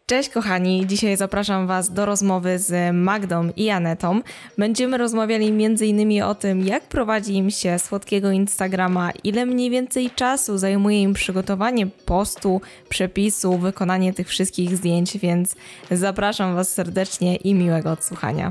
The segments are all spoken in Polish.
Cześć kochani, dzisiaj zapraszam Was do rozmowy z Magdą i Anetą. Będziemy rozmawiali m.in. o tym, jak prowadzi im się słodkiego Instagrama, ile mniej więcej czasu zajmuje im przygotowanie postu, przepisu, wykonanie tych wszystkich zdjęć, więc zapraszam Was serdecznie i miłego odsłuchania.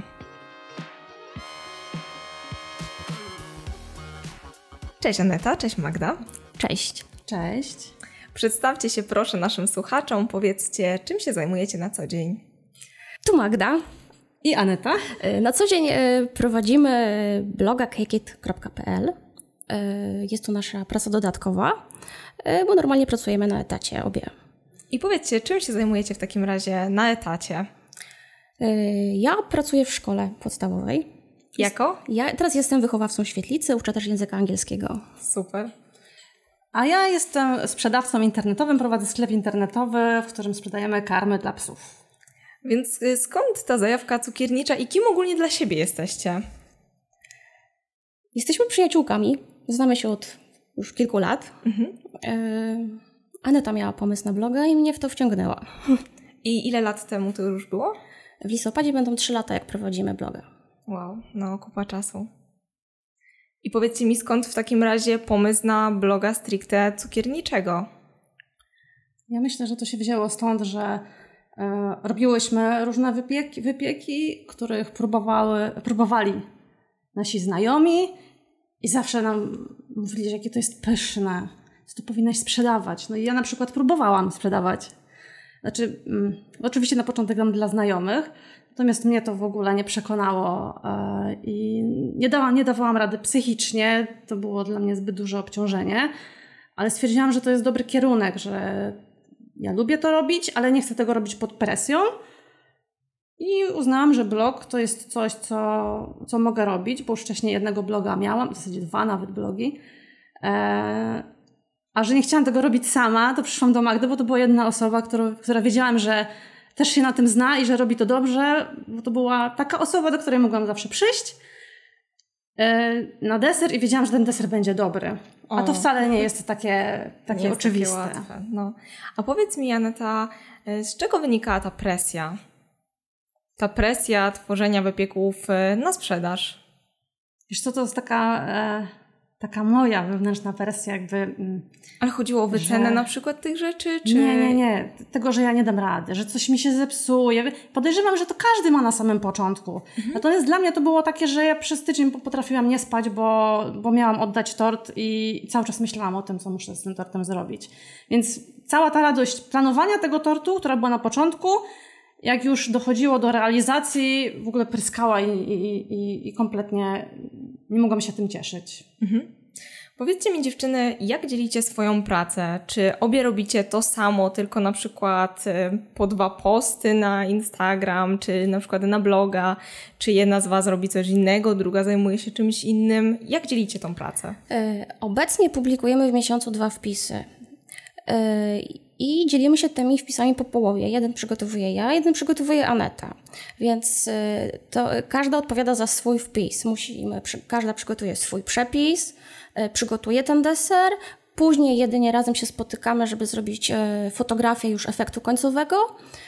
Cześć Aneta, cześć Magda. Cześć. Cześć. Przedstawcie się proszę naszym słuchaczom, powiedzcie, czym się zajmujecie na co dzień. Tu Magda i Aneta. Na co dzień prowadzimy bloga cakeit.pl. Jest to nasza praca dodatkowa, bo normalnie pracujemy na etacie obie. I powiedzcie, czym się zajmujecie w takim razie na etacie? Ja pracuję w szkole podstawowej. Jako? Ja teraz jestem wychowawcą świetlicy, uczę też języka angielskiego. Super. A ja jestem sprzedawcą internetowym, prowadzę sklep internetowy, w którym sprzedajemy karmy dla psów. Więc skąd ta zajawka cukiernicza i kim ogólnie dla siebie jesteście? Jesteśmy przyjaciółkami, znamy się od już kilku lat. Aneta miała pomysł na bloga i mnie w to wciągnęła. I ile lat temu to już było? W listopadzie będą 3 lata, jak prowadzimy bloga. Wow, no kupa czasu. I powiedzcie mi, skąd w takim razie pomysł na bloga stricte cukierniczego? Ja myślę, że to się wzięło stąd, że robiłyśmy różne wypieki, których próbowali nasi znajomi i zawsze nam mówili, że jakie to jest pyszne, że to powinnaś sprzedawać. No i ja na przykład próbowałam sprzedawać. Znaczy, oczywiście na początek dla znajomych, natomiast mnie to w ogóle nie przekonało i nie dawałam rady psychicznie, to było dla mnie zbyt duże obciążenie, ale stwierdziłam, że to jest dobry kierunek, że ja lubię to robić, ale nie chcę tego robić pod presją i uznałam, że blog to jest coś, co mogę robić, bo już wcześniej jednego bloga miałam, w zasadzie 2 nawet blogi, a że nie chciałam tego robić sama, to przyszłam do Magdy, bo to była jedna osoba, która wiedziałam, że też się na tym zna i że robi to dobrze, bo to była taka osoba, do której mogłam zawsze przyjść na deser i wiedziałam, że ten deser będzie dobry. A to wcale nie jest takie oczywiste. Takie łatwe. No. A powiedz mi, Aneta, z czego wynikała ta presja? Ta presja tworzenia wypieków na sprzedaż? Wiesz co, to jest taka moja wewnętrzna wersja jakby... Ale chodziło o wycenę na przykład tych rzeczy? Czy... Nie. Tego, że ja nie dam rady, że coś mi się zepsuje. Podejrzewam, że to każdy ma na samym początku. Natomiast dla mnie to było takie, że ja przez tydzień potrafiłam nie spać, bo miałam oddać tort i cały czas myślałam o tym, co muszę z tym tortem zrobić. Więc cała ta radość planowania tego tortu, która była na początku, jak już dochodziło do realizacji, w ogóle pryskała i kompletnie nie mogłam się tym cieszyć. Powiedzcie mi dziewczyny, jak dzielicie swoją pracę? Czy obie robicie to samo, tylko na przykład po 2 posty na Instagram, czy na przykład na bloga? Czy jedna z Was robi coś innego, druga zajmuje się czymś innym? Jak dzielicie tą pracę? Obecnie publikujemy w miesiącu 2 wpisy. I dzielimy się tymi wpisami po połowie. Jeden przygotowuję ja, jeden przygotowuje Aneta. Więc to każda odpowiada za swój wpis. Każda przygotuje swój przepis, przygotuje ten deser. Później jedynie razem się spotykamy, żeby zrobić fotografię już efektu końcowego.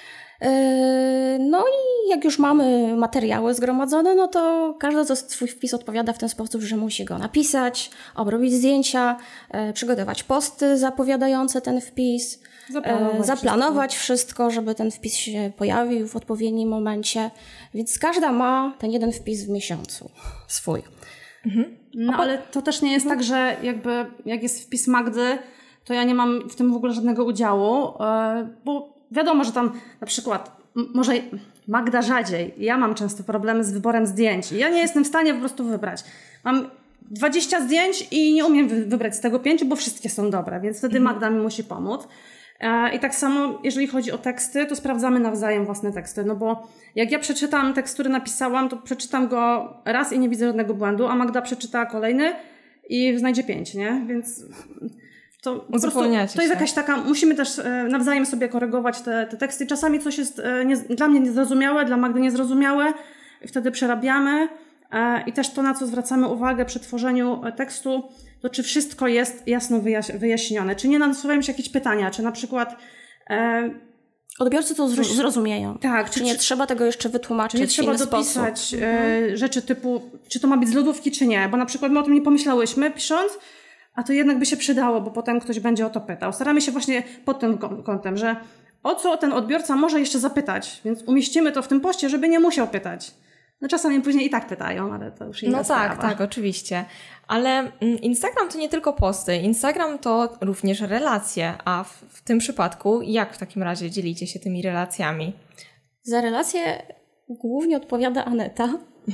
No i jak już mamy materiały zgromadzone, no to każda za swój wpis odpowiada w ten sposób, że musi go napisać, obrobić zdjęcia, przygotować posty zapowiadające ten wpis, zaplanować wszystko, żeby ten wpis się pojawił w odpowiednim momencie. Więc każda ma ten jeden wpis w miesiącu swój. No ale to też nie jest tak, że jakby jak jest wpis Magdy, to ja nie mam w tym w ogóle żadnego udziału, bo wiadomo, że tam na przykład może Magda rzadziej. Ja mam często problemy z wyborem zdjęć. Ja nie jestem w stanie po prostu wybrać. Mam 20 zdjęć i nie umiem wybrać z tego 5, bo wszystkie są dobre, więc wtedy Magda mi musi pomóc. I tak samo, jeżeli chodzi o teksty, to sprawdzamy nawzajem własne teksty, no bo jak ja przeczytam tekst, który napisałam, to przeczytam go raz i nie widzę żadnego błędu, a Magda przeczyta kolejny i znajdzie 5, nie? Więc... To jest jakaś taka, musimy też nawzajem sobie korygować te teksty. Czasami coś jest dla mnie niezrozumiałe, dla Magdy niezrozumiałe i wtedy przerabiamy. I też to, na co zwracamy uwagę przy tworzeniu tekstu, to czy wszystko jest jasno wyjaśnione, czy nie nasuwają się jakieś pytania, czy na przykład Odbiorcy to zrozumieją. Tak. Czy nie trzeba tego jeszcze wytłumaczyć nie w inny trzeba dopisać sposób. rzeczy typu, czy to ma być z lodówki, czy nie. Bo na przykład my o tym nie pomyślałyśmy pisząc, a to jednak by się przydało, bo potem ktoś będzie o to pytał. Staramy się właśnie pod tym kątem, że o co ten odbiorca może jeszcze zapytać, więc umieścimy to w tym poście, żeby nie musiał pytać. No czasami później i tak pytają, ale to już inna sprawa. Tak, oczywiście. Ale Instagram to nie tylko posty. Instagram to również relacje. A w tym przypadku jak w takim razie dzielicie się tymi relacjami? Za relacje głównie odpowiada Aneta.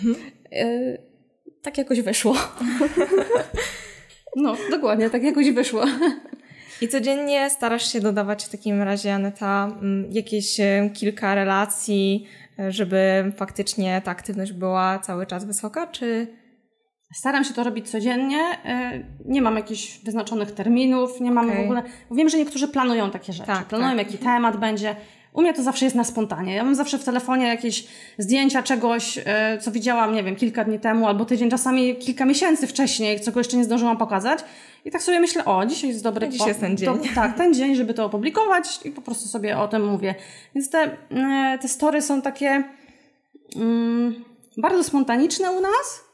Tak jakoś wyszło. No, dokładnie, tak jakoś wyszło. I codziennie starasz się dodawać w takim razie, Aneta, jakieś kilka relacji, żeby faktycznie ta aktywność była cały czas wysoka, czy... Staram się to robić codziennie. Nie mam jakichś wyznaczonych terminów, nie mam w ogóle... Wiem, że niektórzy planują takie rzeczy. Planują, jaki temat będzie. U mnie to zawsze jest na spontanie. Ja mam zawsze w telefonie jakieś zdjęcia czegoś, co widziałam, nie wiem, kilka dni temu albo tydzień, czasami kilka miesięcy wcześniej, czego jeszcze nie zdążyłam pokazać. I tak sobie myślę, dzisiaj jest dobry... Dzisiaj jest ten dzień. Tak, ten dzień, żeby to opublikować i po prostu sobie o tym mówię. Więc te story są takie bardzo spontaniczne u nas,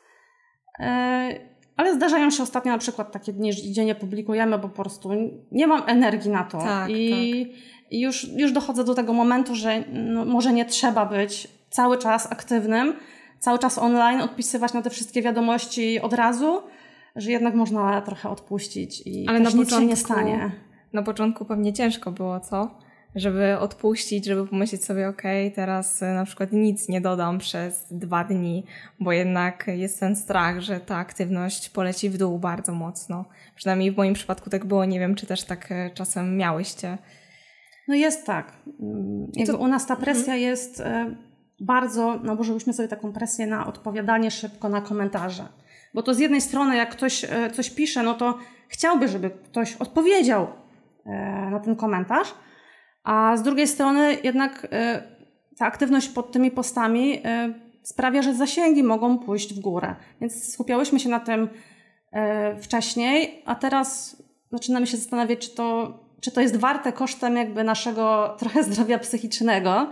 ale zdarzają się ostatnio na przykład takie dni, że gdzie nie publikujemy, bo po prostu nie mam energii na to. I już dochodzę do tego momentu, że może nie trzeba być cały czas aktywnym, cały czas online, odpisywać na te wszystkie wiadomości od razu, że jednak można trochę odpuścić i ale też nic się nie stanie. Na początku pewnie ciężko było, co? Żeby odpuścić, żeby pomyśleć sobie, teraz na przykład nic nie dodam przez 2 dni, bo jednak jest ten strach, że ta aktywność poleci w dół bardzo mocno. Przynajmniej w moim przypadku tak było, nie wiem, czy też tak czasem miałyście. No jest tak. U nas ta presja jest bardzo, włożyłyśmy sobie taką presję na odpowiadanie szybko na komentarze. Bo to z jednej strony, jak ktoś coś pisze, no to chciałby, żeby ktoś odpowiedział na ten komentarz, a z drugiej strony jednak ta aktywność pod tymi postami sprawia, że zasięgi mogą pójść w górę. Więc skupiałyśmy się na tym wcześniej, a teraz zaczynamy się zastanawiać, czy to jest warte kosztem jakby naszego trochę zdrowia psychicznego.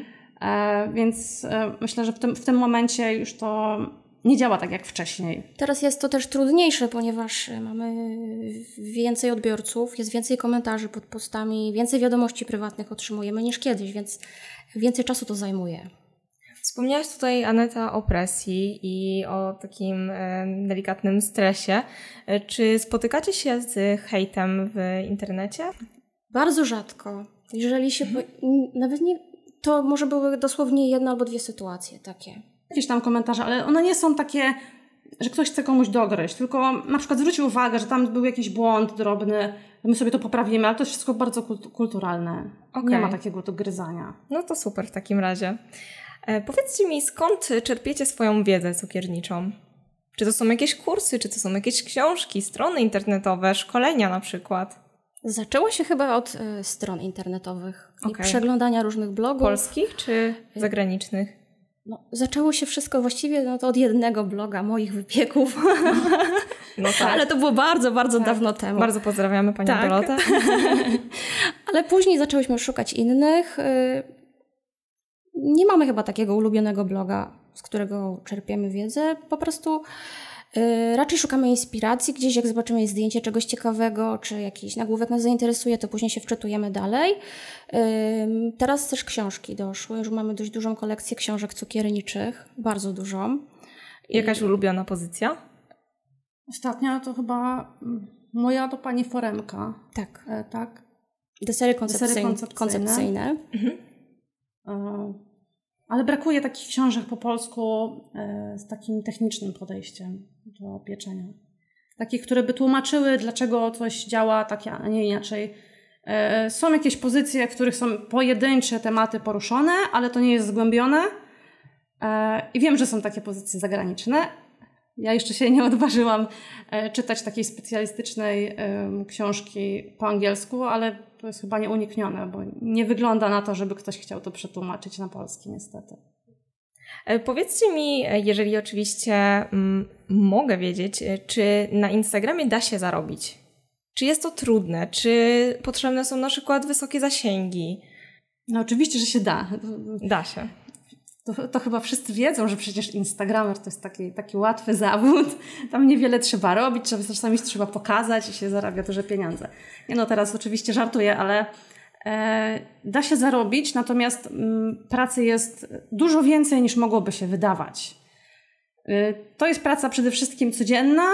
Więc myślę, że w tym momencie już to nie działa tak jak wcześniej. Teraz jest to też trudniejsze, ponieważ mamy więcej odbiorców, jest więcej komentarzy pod postami, więcej wiadomości prywatnych otrzymujemy niż kiedyś, więc więcej czasu to zajmuje. Wspomniałaś tutaj, Aneta, o presji i o takim delikatnym stresie. Czy spotykacie się z hejtem w internecie? Bardzo rzadko. Jeżeli się... Nawet nie... To może były dosłownie 1 albo 2 sytuacje takie. Jakieś tam komentarze, ale one nie są takie, że ktoś chce komuś dogryźć, tylko na przykład zwróci uwagę, że tam był jakiś błąd drobny, my sobie to poprawimy, ale to jest wszystko bardzo kulturalne. Nie ma takiego dogryzania. No to super w takim razie. Powiedzcie mi, skąd czerpiecie swoją wiedzę cukierniczą? Czy to są jakieś kursy, czy to są jakieś książki, strony internetowe, szkolenia na przykład? Zaczęło się chyba od stron internetowych i przeglądania różnych blogów. Polskich czy zagranicznych? Zaczęło się wszystko właściwie to od jednego bloga moich wypieków. No tak. Ale to było bardzo, bardzo dawno temu. Bardzo pozdrawiamy Panią Dorotę. Ale później zaczęłyśmy szukać innych. Nie mamy chyba takiego ulubionego bloga, z którego czerpiemy wiedzę. Po prostu raczej szukamy inspiracji. Gdzieś jak zobaczymy zdjęcie czegoś ciekawego, czy jakiś nagłówek nas zainteresuje, to później się wczytujemy dalej. Teraz też książki doszły. Już mamy dość dużą kolekcję książek cukierniczych. Bardzo dużą. Jakaś ulubiona pozycja? Ostatnia to chyba moja to pani Foremka. Tak. Tak. Desery koncepcyjne. Ale brakuje takich książek po polsku z takim technicznym podejściem do pieczenia. Takich, które by tłumaczyły, dlaczego coś działa tak, a nie inaczej. Są jakieś pozycje, w których są pojedyncze tematy poruszone, ale to nie jest zgłębione. I wiem, że są takie pozycje zagraniczne. Ja jeszcze się nie odważyłam czytać takiej specjalistycznej książki po angielsku, ale to jest chyba nieuniknione, bo nie wygląda na to, żeby ktoś chciał to przetłumaczyć na polski, niestety. Powiedzcie mi, jeżeli oczywiście mogę wiedzieć, czy na Instagramie da się zarobić? Czy jest to trudne? Czy potrzebne są na przykład wysokie zasięgi? No oczywiście, że się da. Da się. To chyba wszyscy wiedzą, że przecież Instagramer to jest taki łatwy zawód. Tam niewiele trzeba robić, czasami trzeba pokazać i się zarabia duże pieniądze. Nie no, teraz oczywiście żartuję, ale da się zarobić, natomiast pracy jest dużo więcej niż mogłoby się wydawać. To jest praca przede wszystkim codzienna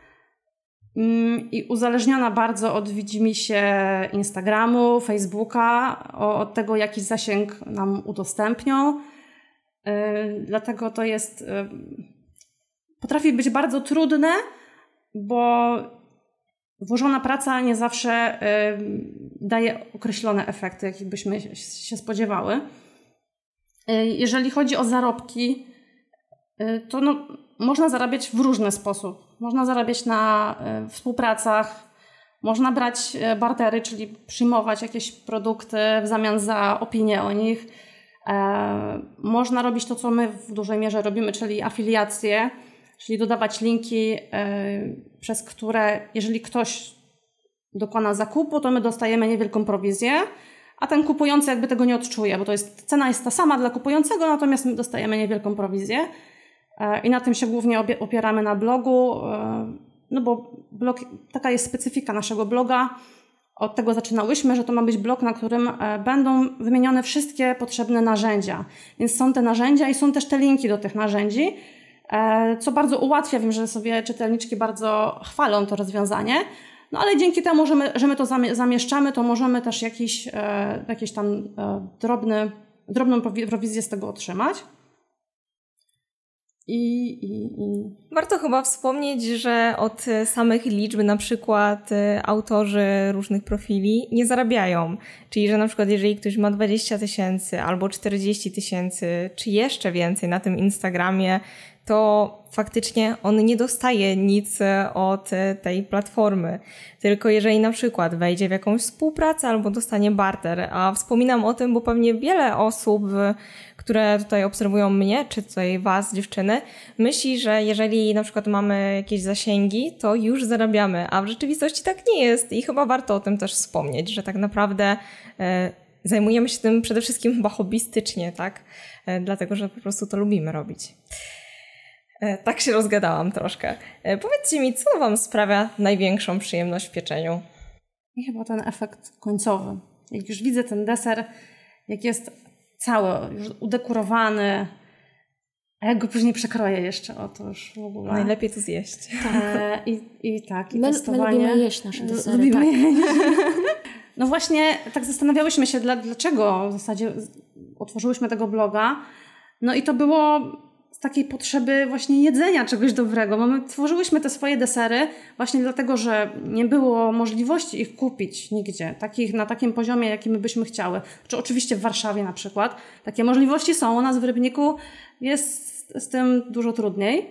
i uzależniona bardzo od widzimisię Instagramu, Facebooka, od tego, jaki zasięg nam udostępnią. Dlatego to jest, potrafi być bardzo trudne, bo włożona praca nie zawsze daje określone efekty, jakich byśmy się spodziewały. Jeżeli chodzi o zarobki, to można zarabiać w różny sposób. Można zarabiać na współpracach, można brać bartery, czyli przyjmować jakieś produkty w zamian za opinię o nich. Można robić to, co my w dużej mierze robimy, czyli afiliacje, czyli dodawać linki, przez które jeżeli ktoś dokona zakupu, to my dostajemy niewielką prowizję, a ten kupujący jakby tego nie odczuje, bo cena jest ta sama dla kupującego, natomiast my dostajemy niewielką prowizję i na tym się głównie opieramy na blogu, no bo blog, taka jest specyfika naszego bloga. Od tego zaczynałyśmy, że to ma być blog, na którym będą wymienione wszystkie potrzebne narzędzia. Więc są te narzędzia i są też te linki do tych narzędzi, co bardzo ułatwia. Wiem, że sobie czytelniczki bardzo chwalą to rozwiązanie, no ale dzięki temu, że my to zamieszczamy, to możemy też jakieś tam drobną prowizję z tego otrzymać. Warto chyba wspomnieć, że od samych liczb na przykład autorzy różnych profili nie zarabiają. Czyli, że na przykład jeżeli ktoś ma 20 000 albo 40 000 czy jeszcze więcej na tym Instagramie, to faktycznie on nie dostaje nic od tej platformy. Tylko jeżeli na przykład wejdzie w jakąś współpracę albo dostanie barter, a wspominam o tym, bo pewnie wiele osób, które tutaj obserwują mnie, czy tutaj was, dziewczyny, myśli, że jeżeli na przykład mamy jakieś zasięgi, to już zarabiamy, a w rzeczywistości tak nie jest i chyba warto o tym też wspomnieć, że tak naprawdę zajmujemy się tym przede wszystkim chyba hobbystycznie, tak? Dlatego, że po prostu to lubimy robić. Tak się rozgadałam troszkę. Powiedzcie mi, co wam sprawia największą przyjemność w pieczeniu? I chyba ten efekt końcowy. Jak już widzę ten deser, jak jest cały, już udekorowany, a jak go później przekroję jeszcze, to już w ogóle... Najlepiej to zjeść. I my testowanie. My lubimy jeść nasze desery. Lubimy jeść. No właśnie, tak zastanawiałyśmy się, dlaczego w zasadzie otworzyłyśmy tego bloga. No i to było z takiej potrzeby właśnie jedzenia czegoś dobrego, bo my tworzyłyśmy te swoje desery właśnie dlatego, że nie było możliwości ich kupić nigdzie, na takim poziomie, jakim my byśmy chciały. Czy oczywiście w Warszawie na przykład. Takie możliwości są, u nas w Rybniku jest z tym dużo trudniej.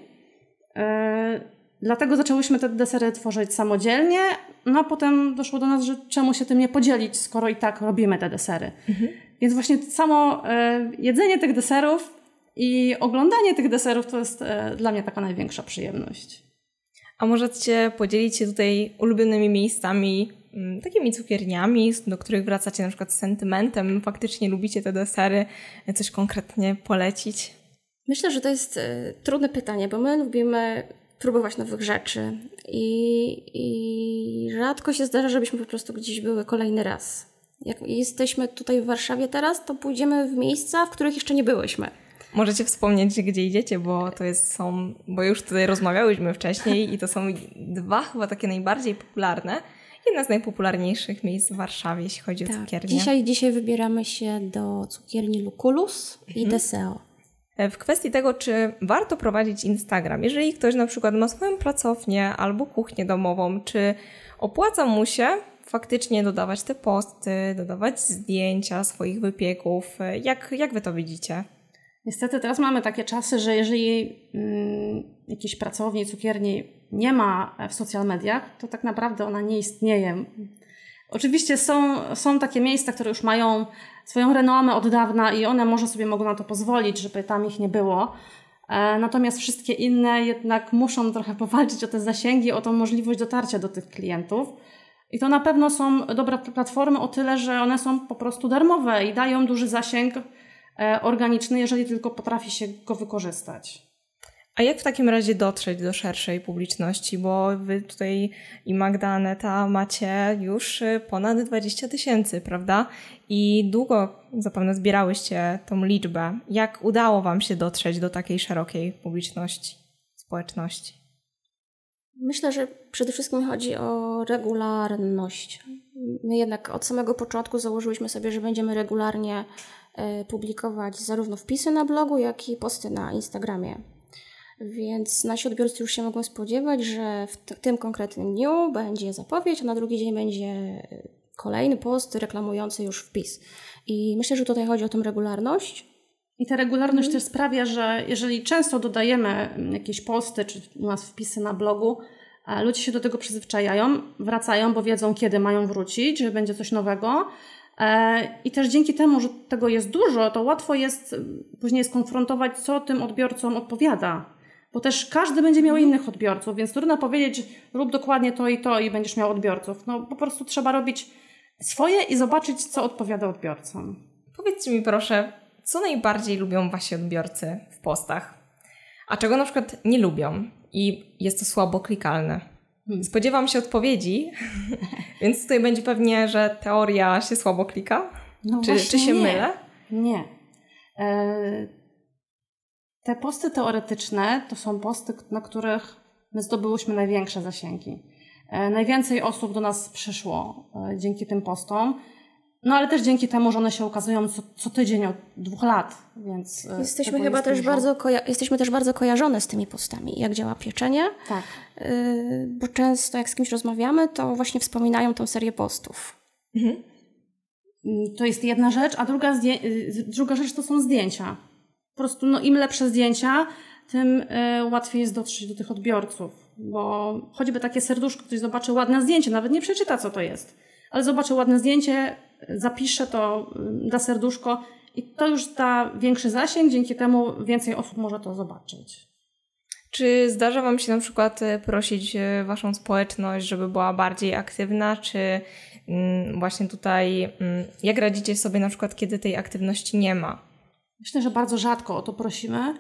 Dlatego zaczęłyśmy te desery tworzyć samodzielnie, no a potem doszło do nas, że czemu się tym nie podzielić, skoro i tak robimy te desery. Więc właśnie samo jedzenie tych deserów i oglądanie tych deserów to jest dla mnie taka największa przyjemność. A możecie podzielić się tutaj ulubionymi miejscami, takimi cukierniami, do których wracacie na przykład z sentymentem, faktycznie lubicie te desery, coś konkretnie polecić? Myślę, że to jest trudne pytanie, bo my lubimy próbować nowych rzeczy i rzadko się zdarza, żebyśmy po prostu gdzieś były kolejny raz. Jak jesteśmy tutaj w Warszawie teraz, to pójdziemy w miejsca, w których jeszcze nie byłyśmy. Możecie wspomnieć, gdzie idziecie, bo to bo już tutaj rozmawiałyśmy wcześniej i to są dwa chyba takie najbardziej popularne. Jedna z najpopularniejszych miejsc w Warszawie, jeśli chodzi o cukiernię. Dzisiaj wybieramy się do cukierni Lucullus i Deseo. W kwestii tego, czy warto prowadzić Instagram, jeżeli ktoś na przykład ma swoją pracownię albo kuchnię domową, czy opłaca mu się faktycznie dodawać te posty, dodawać zdjęcia swoich wypieków? Jak wy to widzicie? Niestety teraz mamy takie czasy, że jeżeli jakiejś pracowni, cukierni nie ma w social mediach, to tak naprawdę ona nie istnieje. Oczywiście są takie miejsca, które już mają swoją renomę od dawna i one może sobie mogą na to pozwolić, żeby tam ich nie było. Natomiast wszystkie inne jednak muszą trochę powalczyć o te zasięgi, o tą możliwość dotarcia do tych klientów. I to na pewno są dobre platformy o tyle, że one są po prostu darmowe i dają duży zasięg organiczny, jeżeli tylko potrafi się go wykorzystać. A jak w takim razie dotrzeć do szerszej publiczności? Bo wy tutaj i Magda, Aneta macie już ponad 20 000, prawda? I długo zapewne zbierałyście tą liczbę. Jak udało wam się dotrzeć do takiej szerokiej publiczności, społeczności? Myślę, że przede wszystkim chodzi o regularność. My jednak od samego początku założyłyśmy sobie, że będziemy regularnie publikować zarówno wpisy na blogu, jak i posty na Instagramie. Więc nasi odbiorcy już się mogą spodziewać, że w tym konkretnym dniu będzie zapowiedź, a na drugi dzień będzie kolejny post reklamujący już wpis. I myślę, że tutaj chodzi o tę regularność. I ta regularność też sprawia, że jeżeli często dodajemy jakieś posty, czy u nas wpisy na blogu, ludzie się do tego przyzwyczajają, wracają, bo wiedzą, kiedy mają wrócić, że będzie coś nowego. I też dzięki temu, że tego jest dużo, to łatwo jest później skonfrontować, co tym odbiorcom odpowiada. Bo też każdy będzie miał innych odbiorców, więc trudno powiedzieć, rób dokładnie to i będziesz miał odbiorców. No po prostu trzeba robić swoje i zobaczyć, co odpowiada odbiorcom. Powiedzcie mi proszę, co najbardziej lubią wasi odbiorcy w postach? A czego na przykład nie lubią i jest to słabo klikalne? Spodziewam się odpowiedzi, więc tutaj będzie pewnie, że teoria się słabo klika. No czy się mylę? Nie. Te posty teoretyczne to są posty, na których my zdobyłyśmy największe zasięgi. Najwięcej osób do nas przyszło dzięki tym postom, no ale też dzięki temu, że one się ukazują co tydzień od 2 lat, więc jesteśmy chyba też jesteśmy też bardzo kojarzone z tymi postami, jak działa pieczenie. Tak. Bo często jak z kimś rozmawiamy, to właśnie wspominają tą serię postów. Mhm. To jest jedna rzecz, a druga rzecz to są zdjęcia. Po prostu im lepsze zdjęcia, tym łatwiej jest dotrzeć do tych odbiorców, bo choćby takie serduszko, ktoś zobaczy ładne zdjęcie, nawet nie przeczyta, co to jest, ale zobaczy ładne zdjęcie, zapisze to, da serduszko i to już da większy zasięg, dzięki temu więcej osób może to zobaczyć. Czy zdarza wam się na przykład prosić waszą społeczność, żeby była bardziej aktywna, czy właśnie tutaj jak radzicie sobie na przykład, kiedy tej aktywności nie ma? Myślę, że bardzo rzadko o to prosimy.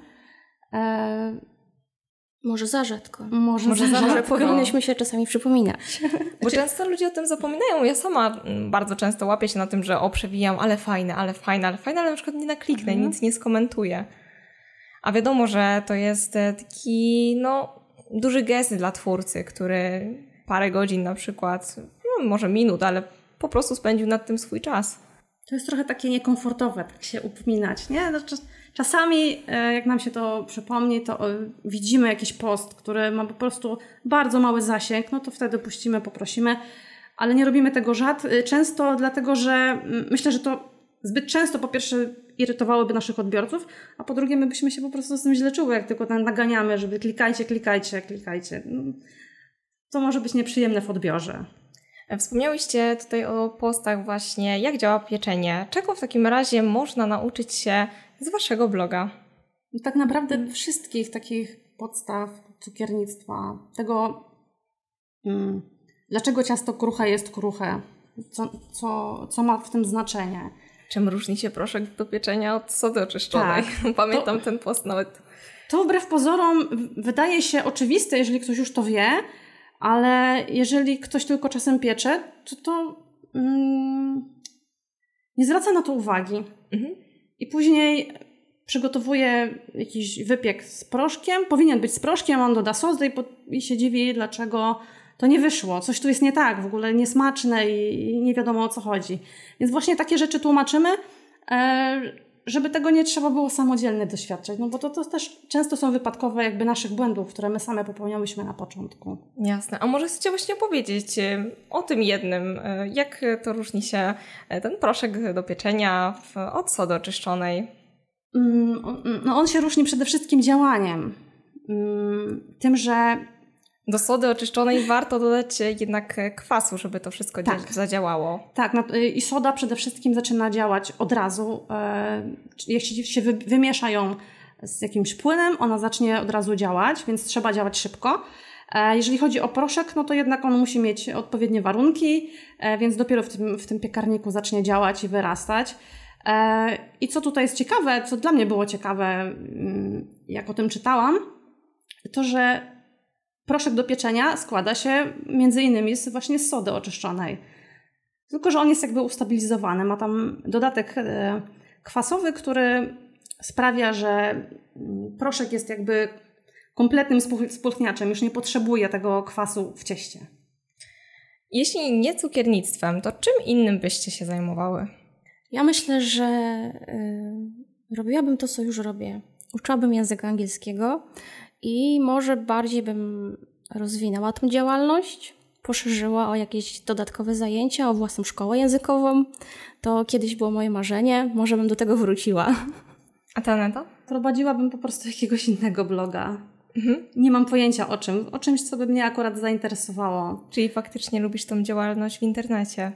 Może za rzadko. Może za rzadko. Powinnyśmy się czasami przypominać. Bo często ludzie o tym zapominają. Ja sama bardzo często łapię się na tym, że przewijam, ale fajne, ale na przykład nie nakliknę, nic nie skomentuję. A wiadomo, że to jest taki duży gest dla twórcy, który parę godzin na przykład, może minut, ale po prostu spędził nad tym swój czas. To jest trochę takie niekomfortowe, tak się upominać, nie? Czasami, jak nam się to przypomni, to widzimy jakiś post, który ma po prostu bardzo mały zasięg, no to wtedy puścimy, poprosimy, ale nie robimy tego często, dlatego że myślę, że to zbyt często po pierwsze irytowałyby naszych odbiorców, a po drugie my byśmy się po prostu z tym źle czuły, jak tylko naganiamy, żeby klikajcie. To może być nieprzyjemne w odbiorze. Wspomniałyście tutaj o postach właśnie, jak działa pieczenie. Czego w takim razie można nauczyć się z waszego bloga? Tak naprawdę wszystkich takich podstaw cukiernictwa. Tego, dlaczego ciasto kruche jest kruche. Co ma w tym znaczenie. Czym różni się proszek do pieczenia od sody oczyszczonej? Tak, pamiętam ten post nawet. To wbrew pozorom wydaje się oczywiste, jeżeli ktoś już to wie, ale jeżeli ktoś tylko czasem piecze, to nie zwraca na to uwagi. I później przygotowuje jakiś wypiek z proszkiem. Powinien być z proszkiem, on doda sosy i się dziwi, dlaczego to nie wyszło. Coś tu jest nie tak, w ogóle niesmaczne i nie wiadomo, o co chodzi. Więc właśnie takie rzeczy tłumaczymy, żeby tego nie trzeba było samodzielnie doświadczać. No bo to też często są wypadkowe jakby naszych błędów, które my same popełniałyśmy na początku. Jasne. A może chcecie właśnie opowiedzieć o tym jednym, jak to różni się ten proszek do pieczenia od sody oczyszczonej? On się różni przede wszystkim działaniem. Tym, że do sody oczyszczonej warto dodać jednak kwasu, żeby to wszystko zadziałało. Tak, i soda przede wszystkim zaczyna działać od razu. Jeśli się wymiesza ją z jakimś płynem, ona zacznie od razu działać, więc trzeba działać szybko. Jeżeli chodzi o proszek, no to jednak on musi mieć odpowiednie warunki, więc dopiero w tym piekarniku zacznie działać i wyrastać. I co tutaj jest ciekawe, co dla mnie było ciekawe, jak o tym czytałam, to że proszek do pieczenia składa się między innymi właśnie z sody oczyszczonej. Tylko że on jest jakby ustabilizowany, ma tam dodatek kwasowy, który sprawia, że proszek jest jakby kompletnym spulchniaczem, już nie potrzebuje tego kwasu w cieście. Jeśli nie cukiernictwem, to czym innym byście się zajmowały? Ja myślę, że robiłabym to, co już robię. Uczyłabym języka angielskiego i może bardziej bym rozwinęła tę działalność, poszerzyła o jakieś dodatkowe zajęcia, o własną szkołę językową. To kiedyś było moje marzenie, może bym do tego wróciła. A ty, Aneto? Prowadziłabym po prostu jakiegoś innego bloga. Nie mam pojęcia o czymś, co by mnie akurat zainteresowało. Czyli faktycznie lubisz tą działalność w internecie?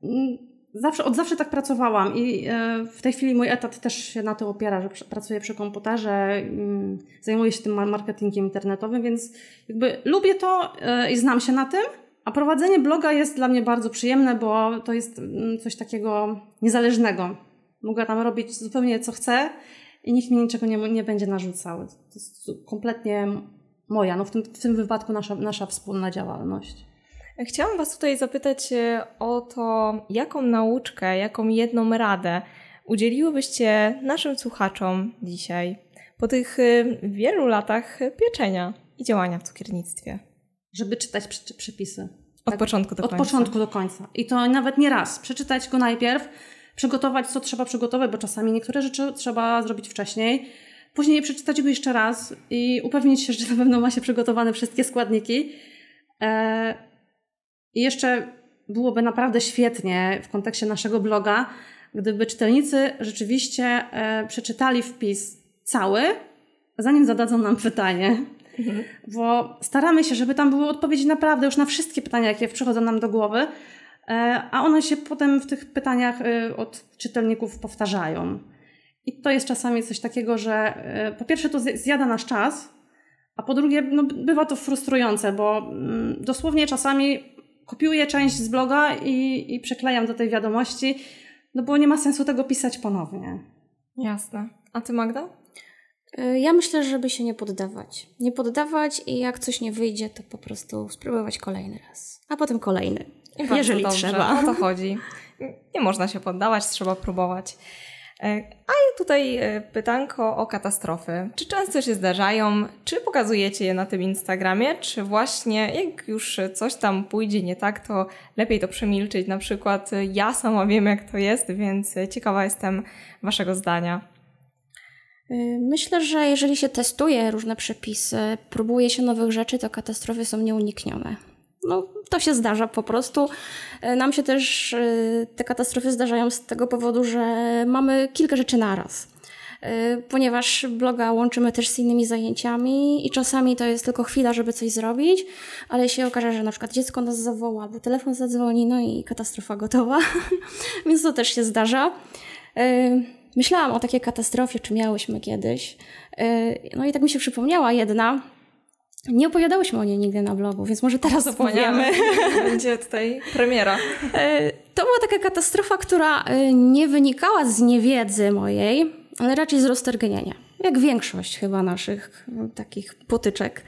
Od zawsze tak pracowałam i w tej chwili mój etat też się na to opiera, że pracuję przy komputerze, zajmuję się tym marketingiem internetowym, więc jakby lubię to i znam się na tym, a prowadzenie bloga jest dla mnie bardzo przyjemne, bo to jest coś takiego niezależnego. Mogę tam robić zupełnie co chcę i nikt mi niczego nie będzie narzucał. To jest kompletnie moja, w tym wypadku nasza wspólna działalność. Chciałam Was tutaj zapytać o to, jaką nauczkę, jaką jedną radę udzieliłybyście naszym słuchaczom dzisiaj po tych wielu latach pieczenia i działania w cukiernictwie? Żeby czytać przepisy. Od początku do końca. Od początku do końca. I to nawet nie raz. Przeczytać go najpierw, przygotować, co trzeba przygotować, bo czasami niektóre rzeczy trzeba zrobić wcześniej. Później przeczytać go jeszcze raz i upewnić się, że na pewno ma się przygotowane wszystkie składniki. I jeszcze byłoby naprawdę świetnie w kontekście naszego bloga, gdyby czytelnicy rzeczywiście przeczytali wpis cały, zanim zadadzą nam pytanie. Bo staramy się, żeby tam były odpowiedzi naprawdę już na wszystkie pytania, jakie przychodzą nam do głowy, a one się potem w tych pytaniach od czytelników powtarzają. I to jest czasami coś takiego, że po pierwsze to zjada nasz czas, a po drugie bywa to frustrujące, bo dosłownie czasami kopiuję część z bloga i przyklejam do tej wiadomości, bo nie ma sensu tego pisać ponownie. Jasne. A ty, Magda? Ja myślę, żeby się nie poddawać. Nie poddawać i jak coś nie wyjdzie, to po prostu spróbować kolejny raz. A potem kolejny. Jeżeli trzeba. O to chodzi. Nie można się poddawać, trzeba próbować. A tutaj pytanko o katastrofy. Czy często się zdarzają? Czy pokazujecie je na tym Instagramie? Czy właśnie jak już coś tam pójdzie nie tak, to lepiej to przemilczyć? Na przykład ja sama wiem, jak to jest, więc ciekawa jestem Waszego zdania. Myślę, że jeżeli się testuje różne przepisy, próbuje się nowych rzeczy, to katastrofy są nieuniknione. To się zdarza po prostu. Nam się też te katastrofy zdarzają z tego powodu, że mamy kilka rzeczy naraz. Ponieważ bloga łączymy też z innymi zajęciami i czasami to jest tylko chwila, żeby coś zrobić, ale się okaże, że na przykład dziecko nas zawoła, albo telefon zadzwoni, i katastrofa gotowa. Więc to też się zdarza. Myślałam o takiej katastrofie, czy miałyśmy kiedyś. I tak mi się przypomniała jedna. Nie opowiadałyśmy o niej nigdy na blogu, więc może teraz opowiemy. Będzie tutaj premiera. To była taka katastrofa, która nie wynikała z niewiedzy mojej, ale raczej z roztargnienia. Jak większość chyba naszych takich potyczek.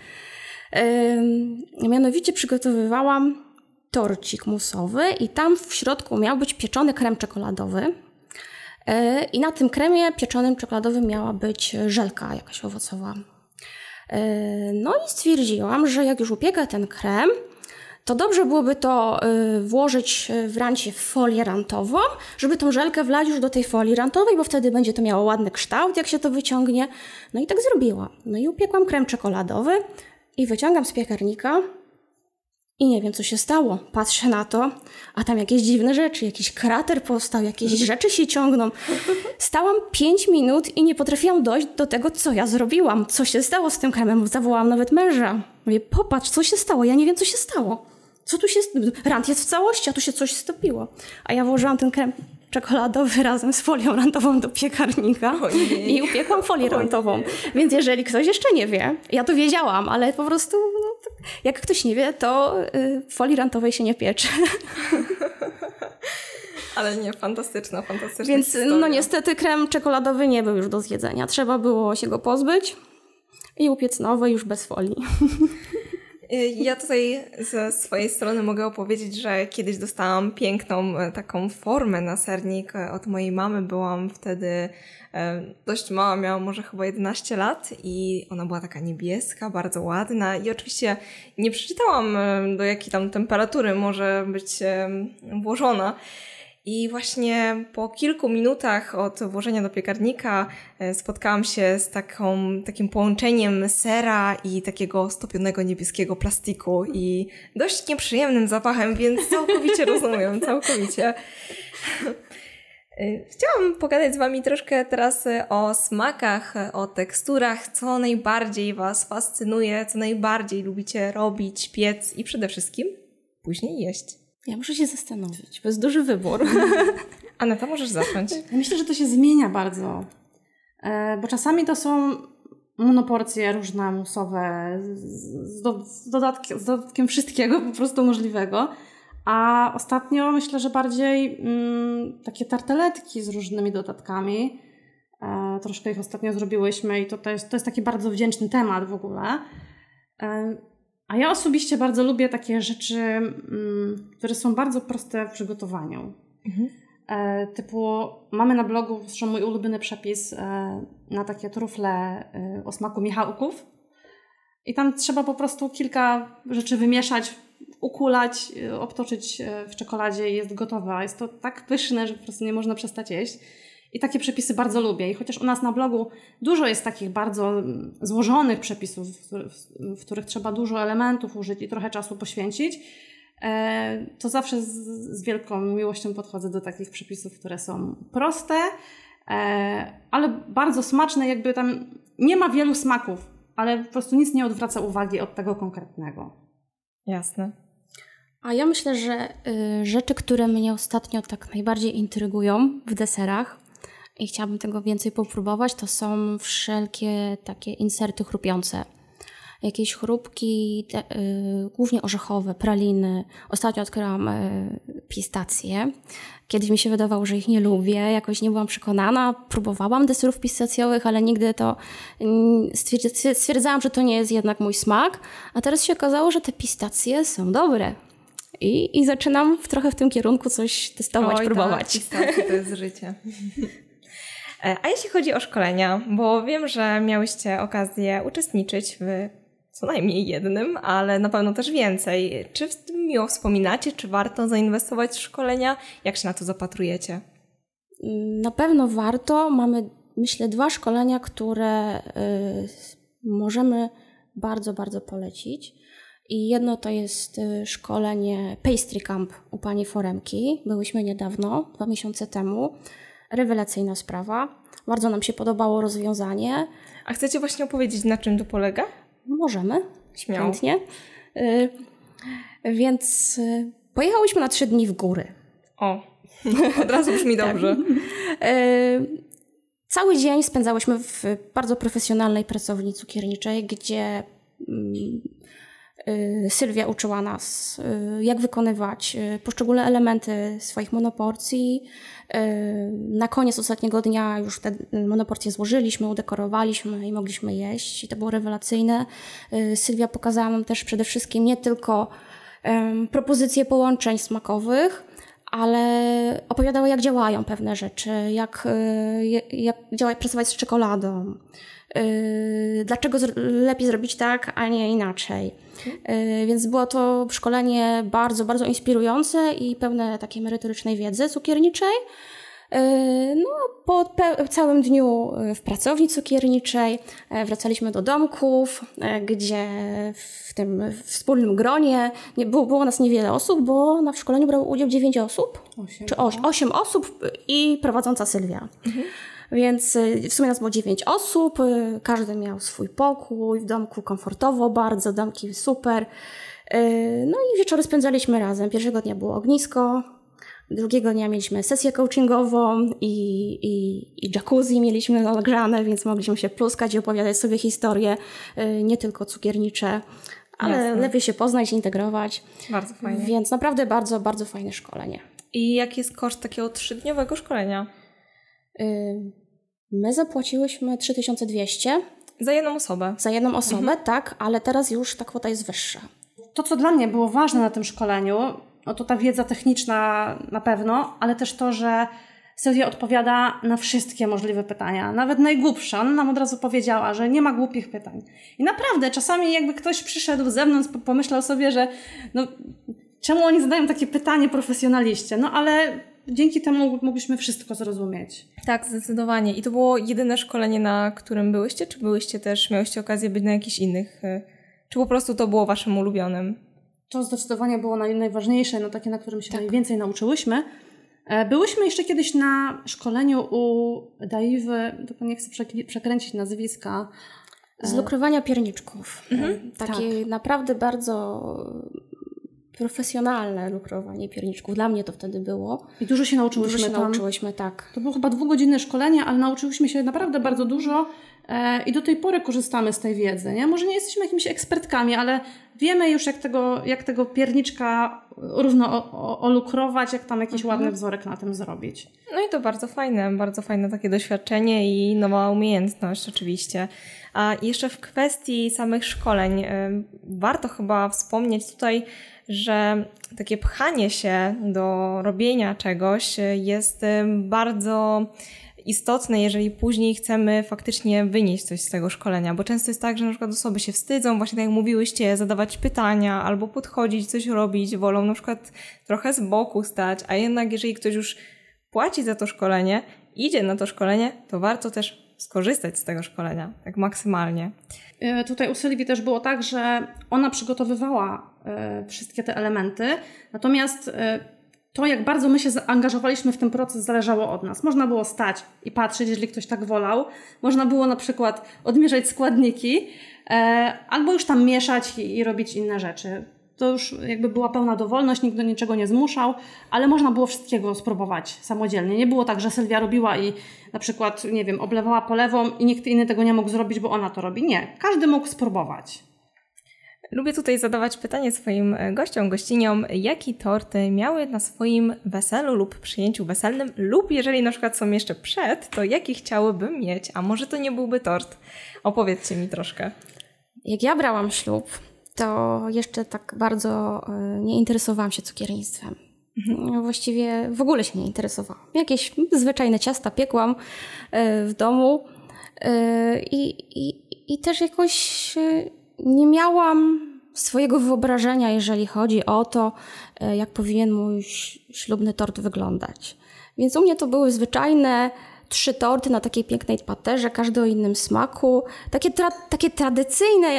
Mianowicie przygotowywałam torcik musowy i tam w środku miał być pieczony krem czekoladowy. I na tym kremie pieczonym czekoladowym miała być żelka jakaś owocowa. I stwierdziłam, że jak już upiekę ten krem, to dobrze byłoby to włożyć w rancie w folię rantową, żeby tą żelkę wlać już do tej folii rantowej, bo wtedy będzie to miało ładny kształt, jak się to wyciągnie. I tak zrobiłam. I upiekłam krem czekoladowy i wyciągam z piekarnika i nie wiem, co się stało. Patrzę na to, a tam jakieś dziwne rzeczy, jakiś krater powstał, jakieś rzeczy się ciągną. Stałam 5 minut i nie potrafiłam dojść do tego, co ja zrobiłam. Co się stało z tym kremem? Zawołałam nawet męża. Mówię, popatrz, co się stało? Ja nie wiem, co się stało. Co tu się... Rant jest w całości, a tu się coś stopiło. A ja włożyłam ten krem czekoladowy razem z folią rantową do piekarnika i upiekłam folię rantową. Więc jeżeli ktoś jeszcze nie wie, ja to wiedziałam, ale po prostu Jak ktoś nie wie, to folii rantowej się nie piecze. Ale nie, fantastyczna Więc historia. no niestety krem czekoladowy nie był już do zjedzenia. Trzeba było się go pozbyć i upiec nowy już bez folii. Ja tutaj ze swojej strony mogę opowiedzieć, że kiedyś dostałam piękną taką formę na sernik od mojej mamy. Byłam wtedy dość mała, miałam może chyba 11 lat i ona była taka niebieska, bardzo ładna i oczywiście nie przeczytałam, do jakiej tam temperatury może być włożona. I właśnie po kilku minutach od włożenia do piekarnika spotkałam się z takim połączeniem sera i takiego stopionego niebieskiego plastiku i dość nieprzyjemnym zapachem, więc całkowicie rozumiem, całkowicie. Chciałam pogadać z Wami troszkę teraz o smakach, o teksturach, co najbardziej Was fascynuje, co najbardziej lubicie robić, piec i przede wszystkim później jeść. Ja muszę się zastanowić, bo jest duży wybór. Aneta, możesz zacząć. Ja myślę, że to się zmienia bardzo, bo czasami to są monoporcje różne, musowe, z dodatkiem wszystkiego po prostu możliwego, a ostatnio myślę, że bardziej takie tarteletki z różnymi dodatkami. Troszkę ich ostatnio zrobiłyśmy i to jest taki bardzo wdzięczny temat w ogóle. A ja osobiście bardzo lubię takie rzeczy, które są bardzo proste w przygotowaniu. Typu mamy na blogu zresztą mój ulubiony przepis na takie trufle o smaku Michałków. I tam trzeba po prostu kilka rzeczy wymieszać, ukulać, obtoczyć w czekoladzie i jest gotowe. Jest to tak pyszne, że po prostu nie można przestać jeść. I takie przepisy bardzo lubię. I chociaż u nas na blogu dużo jest takich bardzo złożonych przepisów, w których trzeba dużo elementów użyć i trochę czasu poświęcić, to zawsze z wielką miłością podchodzę do takich przepisów, które są proste, ale bardzo smaczne. Jakby tam nie ma wielu smaków, ale po prostu nic nie odwraca uwagi od tego konkretnego. Jasne. A ja myślę, że rzeczy, które mnie ostatnio tak najbardziej intrygują w deserach i chciałabym tego więcej popróbować, to są wszelkie takie inserty chrupiące. Jakieś chrupki, głównie orzechowe, praliny. Ostatnio odkryłam pistacje. Kiedyś mi się wydawało, że ich nie lubię, jakoś nie byłam przekonana. Próbowałam deserów pistacjowych, ale nigdy to stwierdzałam, że to nie jest jednak mój smak. A teraz się okazało, że te pistacje są dobre. I zaczynam trochę w tym kierunku coś testować, próbować. Tak, pistacje to jest życie. A jeśli chodzi o szkolenia, bo wiem, że miałyście okazję uczestniczyć w co najmniej jednym, ale na pewno też więcej. Czy miło wspominacie, czy warto zainwestować w szkolenia? Jak się na to zapatrujecie? Na pewno warto. Mamy, myślę, 2 szkolenia, które możemy bardzo, bardzo polecić. I jedno to jest szkolenie Pastry Camp u pani Foremki. Byłyśmy niedawno, 2 miesiące temu. Rewelacyjna sprawa. Bardzo nam się podobało rozwiązanie. A chcecie właśnie opowiedzieć, na czym to polega? Możemy. Śmiało. Chętnie. Więc pojechałyśmy na 3 dni w góry. O, od razu brzmi dobrze. Cały dzień spędzałyśmy w bardzo profesjonalnej pracowni cukierniczej, gdzie Sylwia uczyła nas, jak wykonywać poszczególne elementy swoich monoporcji. Na koniec ostatniego dnia już te monoporcje złożyliśmy, udekorowaliśmy i mogliśmy jeść. I to było rewelacyjne. Sylwia pokazała nam też przede wszystkim nie tylko propozycje połączeń smakowych, ale opowiadała, jak działają pewne rzeczy, jak pracować z czekoladą. Dlaczego lepiej zrobić tak, a nie inaczej. Więc było to szkolenie bardzo, bardzo inspirujące i pełne takiej merytorycznej wiedzy cukierniczej. No, po całym dniu w pracowni cukierniczej wracaliśmy do domków, gdzie w tym wspólnym gronie było nas niewiele osób, bo na szkoleniu brało udział 9 osób, 8 osób i prowadząca Sylwia. Więc w sumie nas było 9 osób, każdy miał swój pokój, w domku komfortowo bardzo, domki super. No i wieczory spędzaliśmy razem. Pierwszego dnia było ognisko, drugiego dnia mieliśmy sesję coachingową i jacuzzi mieliśmy nagrzane, więc mogliśmy się pluskać i opowiadać sobie historie, nie tylko cukiernicze, ale lepiej się poznać, integrować. Bardzo fajnie. Więc naprawdę bardzo, bardzo fajne szkolenie. I jaki jest koszt takiego 3-dniowego szkolenia? My zapłaciłyśmy 3200. Za jedną osobę? Za jedną osobę, tak, ale teraz już ta kwota jest wyższa. To, co dla mnie było ważne na tym szkoleniu, no to ta wiedza techniczna na pewno, ale też to, że Sylwia odpowiada na wszystkie możliwe pytania, nawet najgłupsze. Ona nam od razu powiedziała, że nie ma głupich pytań. I naprawdę, czasami jakby ktoś przyszedł z zewnątrz, pomyślał sobie, że no, czemu oni zadają takie pytanie profesjonaliście? No ale dzięki temu mogliśmy wszystko zrozumieć. Tak, zdecydowanie. I to było jedyne szkolenie, na którym byłyście? Czy miałyście okazję być na jakichś innych? Czy po prostu to było waszym ulubionym? To zdecydowanie było najważniejsze, no takie, na którym się najwięcej nauczyłyśmy. Byłyśmy jeszcze kiedyś na szkoleniu u Daiwy, tylko nie chcę przekręcić nazwiska. Z lukrowania pierniczków. Takie naprawdę bardzo profesjonalne lukrowanie pierniczków. Dla mnie to wtedy było. I dużo się nauczyłyśmy tak. To było chyba 2-godzinne szkolenie, ale nauczyłyśmy się naprawdę bardzo dużo i do tej pory korzystamy z tej wiedzy. Nie? Może nie jesteśmy jakimiś ekspertkami, ale wiemy już jak tego pierniczka równo olukrować, jak tam jakiś ładny wzorek na tym zrobić. No i to bardzo fajne takie doświadczenie i nowa umiejętność oczywiście. A jeszcze w kwestii samych szkoleń warto chyba wspomnieć tutaj, że takie pchanie się do robienia czegoś jest bardzo istotne, jeżeli później chcemy faktycznie wynieść coś z tego szkolenia, bo często jest tak, że na przykład osoby się wstydzą, właśnie tak jak mówiłyście, zadawać pytania albo podchodzić, coś robić, wolą na przykład trochę z boku stać, a jednak jeżeli ktoś już płaci za to szkolenie, idzie na to szkolenie, to warto też skorzystać z tego szkolenia, tak maksymalnie. Tutaj u Sylwii też było tak, że ona przygotowywała wszystkie te elementy, natomiast to, jak bardzo my się zaangażowaliśmy w ten proces, zależało od nas. Można było stać i patrzeć, jeżeli ktoś tak wolał. Można było na przykład odmierzać składniki, albo już tam mieszać i robić inne rzeczy. To już jakby była pełna dowolność, nikt do niczego nie zmuszał, ale można było wszystkiego spróbować samodzielnie. Nie było tak, że Sylwia robiła i na przykład, nie wiem, oblewała polewą i nikt inny tego nie mógł zrobić, bo ona to robi. Nie, każdy mógł spróbować. Lubię tutaj zadawać pytanie swoim gościom, gościniom, jaki torty miały na swoim weselu lub przyjęciu weselnym, lub jeżeli na przykład są jeszcze przed, to jaki chciałyby mieć, a może to nie byłby tort? Opowiedzcie mi troszkę. Jak ja brałam ślub, to jeszcze tak bardzo nie interesowałam się cukiernictwem. Właściwie w ogóle się nie interesowałam. Jakieś zwyczajne ciasta piekłam w domu i też jakoś nie miałam swojego wyobrażenia, jeżeli chodzi o to, jak powinien mój ślubny tort wyglądać. Więc u mnie to były zwyczajne 3 torty na takiej pięknej paterze, każdy o innym smaku. Takie tradycyjne,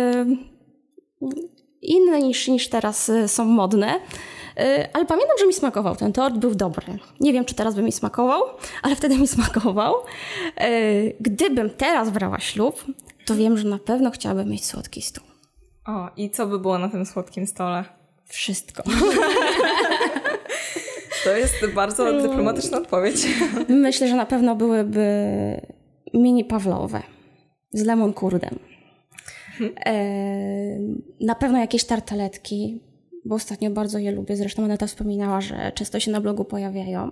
inne niż teraz są modne. Ale pamiętam, że mi smakował. Ten tort był dobry. Nie wiem, czy teraz by mi smakował, ale wtedy mi smakował. Gdybym teraz brała ślub, to wiem, że na pewno chciałabym mieć słodki stół. O, i co by było na tym słodkim stole? Wszystko. To jest bardzo dyplomatyczna odpowiedź. Myślę, że na pewno byłyby mini pawlowe z lemon kurdem. Na pewno jakieś tartaletki, bo ostatnio bardzo je lubię. Zresztą Aneta wspominała, że często się na blogu pojawiają.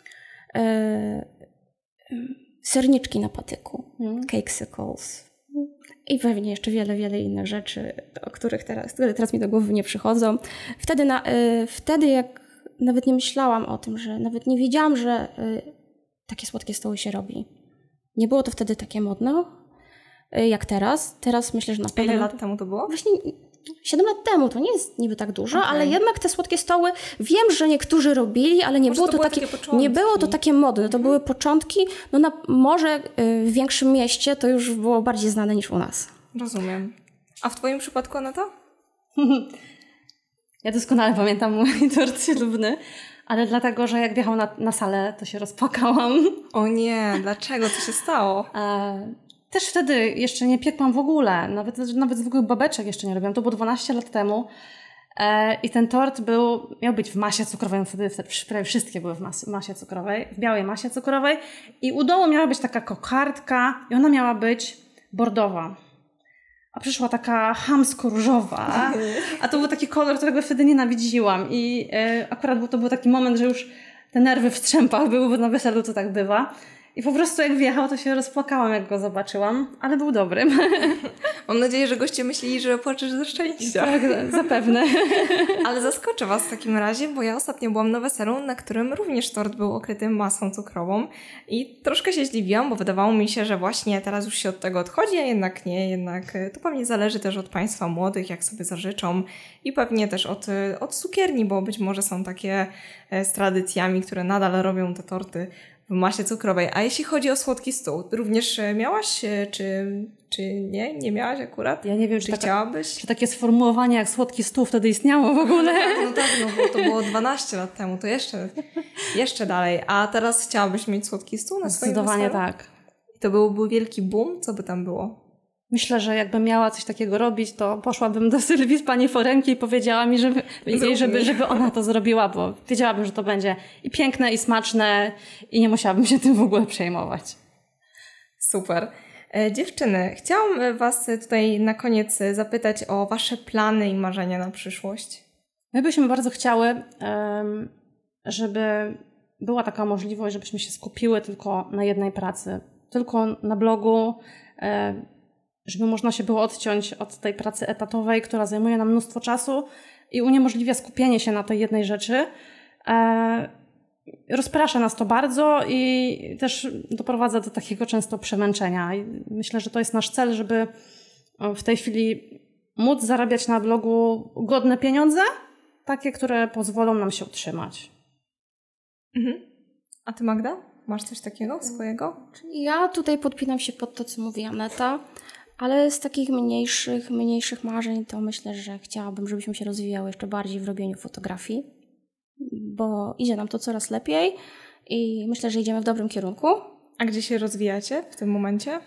Serniczki na patyku, cakesicles i pewnie jeszcze wiele innych rzeczy, które teraz mi do głowy nie przychodzą. Wtedy jak nawet nie myślałam o tym, że nawet nie wiedziałam, że takie słodkie stoły się robi. Nie było to wtedy takie modne jak teraz. Teraz myślę, że na pewno... Ile lat temu to było? Właśnie 7 lat temu, to nie jest niby tak dużo, ale jednak te słodkie stoły, wiem, że niektórzy robili, ale nie było to takie modne. To były początki, może w większym mieście to już było bardziej znane niż u nas. Rozumiem. A w twoim przypadku, Aneta? Ja doskonale pamiętam mój tort ślubny, ale dlatego, że jak wjechał na salę, to się rozpłakałam. O nie, dlaczego? Co się stało? Też wtedy jeszcze nie piekłam w ogóle, nawet zwykłych babeczek jeszcze nie robiłam. To było 12 lat temu i ten tort miał być w masie cukrowej, wtedy prawie wszystkie były w masie cukrowej, w białej masie cukrowej i u dołu miała być taka kokardka i ona miała być bordowa. a przyszła taka chamsko-różowa, a to był taki kolor, którego wtedy nienawidziłam i akurat to był taki moment, że już te nerwy w strzępach były, bo na weselu to tak bywa. I po prostu jak wjechał, to się rozpłakałam, jak go zobaczyłam, ale był dobry. Mam nadzieję, że goście myśleli, że płaczesz ze szczęścia. Tak, zapewne. Ale zaskoczę Was w takim razie, bo ja ostatnio byłam na weselu, na którym również tort był okryty masą cukrową i troszkę się zdziwiłam, bo wydawało mi się, że właśnie teraz już się od tego odchodzi, a jednak nie, jednak to pewnie zależy też od Państwa młodych, jak sobie zażyczą i pewnie też od cukierni, bo być może są takie z tradycjami, które nadal robią te torty w masie cukrowej. A jeśli chodzi o słodki stół, również miałaś, czy nie? Nie miałaś akurat? Ja nie wiem, czy chciałabyś? Czy takie sformułowanie jak słodki stół wtedy istniało w ogóle? No tak, bo to było 12 lat temu, to jeszcze dalej. A teraz chciałabyś mieć słodki stół na swoim weselu? Zdecydowanie tak. I to byłby wielki boom? Co by tam było? Myślę, że jakbym miała coś takiego robić, to poszłabym do Sylwii z pani Forenki i powiedziała mi, żeby ona to zrobiła, bo wiedziałabym, że to będzie i piękne, i smaczne i nie musiałabym się tym w ogóle przejmować. Super. Dziewczyny, chciałam Was tutaj na koniec zapytać o Wasze plany i marzenia na przyszłość. My byśmy bardzo chciały, żeby była taka możliwość, żebyśmy się skupiły tylko na jednej pracy. Tylko na blogu, żeby można się było odciąć od tej pracy etatowej, która zajmuje nam mnóstwo czasu i uniemożliwia skupienie się na tej jednej rzeczy. Rozprasza nas to bardzo i też doprowadza do takiego często przemęczenia. I myślę, że to jest nasz cel, żeby w tej chwili móc zarabiać na blogu godne pieniądze, takie, które pozwolą nam się utrzymać. Mhm. A Ty, Magda? Masz coś takiego swojego? Ja tutaj podpinam się pod to, co mówi Aneta, ale z takich mniejszych marzeń to myślę, że chciałabym, żebyśmy się rozwijały jeszcze bardziej w robieniu fotografii, bo idzie nam to coraz lepiej i myślę, że idziemy w dobrym kierunku. A gdzie się rozwijacie w tym momencie?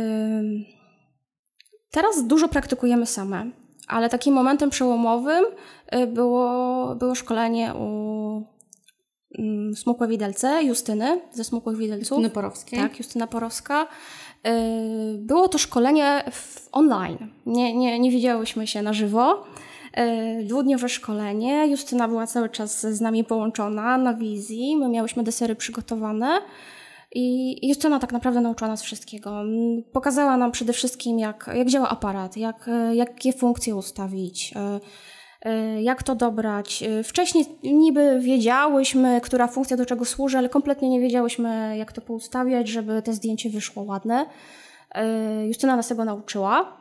Teraz dużo praktykujemy same, ale takim momentem przełomowym było szkolenie u Smukłe Widelce, Justyny ze Smukłych Widelców. Justyny Porowskiej. Tak, Justyna Porowska. Było to szkolenie online. Nie widziałyśmy się na żywo. Dwudniowe szkolenie. Justyna była cały czas z nami połączona na wizji. My miałyśmy desery przygotowane. I Justyna tak naprawdę nauczyła nas wszystkiego. Pokazała nam przede wszystkim, jak działa aparat, jakie funkcje ustawić, jak to dobrać. Wcześniej niby wiedziałyśmy, która funkcja do czego służy, ale kompletnie nie wiedziałyśmy, jak to poustawiać, żeby te zdjęcie wyszło ładne. Justyna nas tego nauczyła.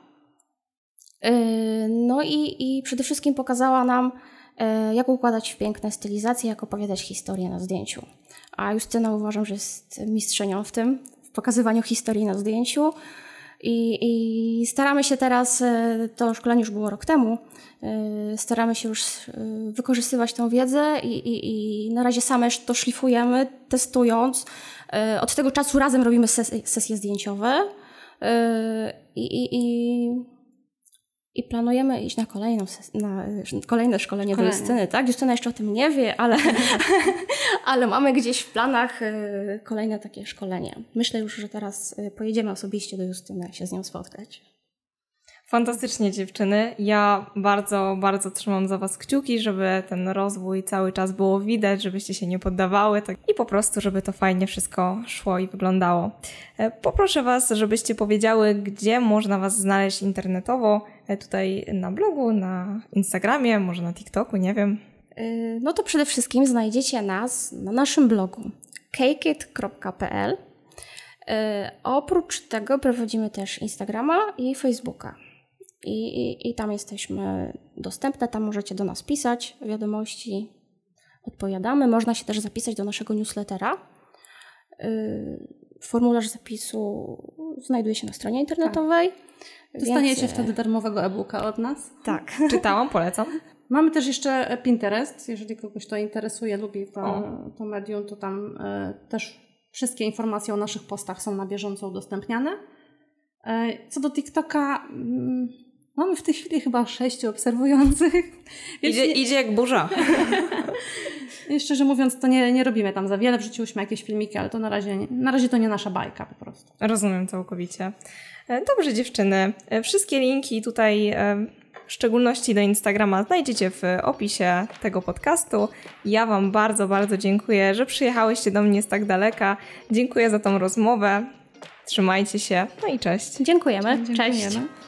No i przede wszystkim pokazała nam, jak układać piękne stylizacje, jak opowiadać historię na zdjęciu. A Justyna uważam, że jest mistrzenią w pokazywaniu historii na zdjęciu. I staramy się teraz, to szkolenie już było rok temu, staramy się już wykorzystywać tą wiedzę i na razie same to szlifujemy, testując. Od tego czasu razem robimy sesje zdjęciowe i planujemy iść na kolejne szkolenie do Justyny, tak? Justyna jeszcze o tym nie wie, ale mamy gdzieś w planach kolejne takie szkolenie. Myślę już, że teraz pojedziemy osobiście do Justyny się z nią spotkać. Fantastycznie, dziewczyny. Ja bardzo, bardzo trzymam za Was kciuki, żeby ten rozwój cały czas było widać, żebyście się nie poddawały i po prostu, żeby to fajnie wszystko szło i wyglądało. Poproszę Was, żebyście powiedziały, gdzie można Was znaleźć internetowo, tutaj na blogu, na Instagramie, może na TikToku, nie wiem. No to przede wszystkim znajdziecie nas na naszym blogu cakeit.pl. Oprócz tego prowadzimy też Instagrama i Facebooka. I tam jesteśmy dostępne, tam możecie do nas pisać wiadomości, odpowiadamy. Można się też zapisać do naszego newslettera. Formularz zapisu znajduje się na stronie internetowej. Tak. Dostaniecie wtedy darmowego e-booka od nas. Tak. Czytałam, polecam. Mamy też jeszcze Pinterest, jeżeli kogoś to interesuje, lubi to medium, to tam też wszystkie informacje o naszych postach są na bieżąco udostępniane. Co do TikToka, mamy w tej chwili chyba 6 obserwujących. Idzie jak burza. I szczerze mówiąc, to nie robimy tam za wiele. Wrzuciłyśmy jakieś filmiki, ale to na razie to nie nasza bajka po prostu. Rozumiem całkowicie. Dobrze, dziewczyny. Wszystkie linki tutaj, w szczególności do Instagrama, znajdziecie w opisie tego podcastu. Ja Wam bardzo, bardzo dziękuję, że przyjechałyście do mnie z tak daleka. Dziękuję za tą rozmowę. Trzymajcie się. No i cześć. Dziękujemy. Cześć.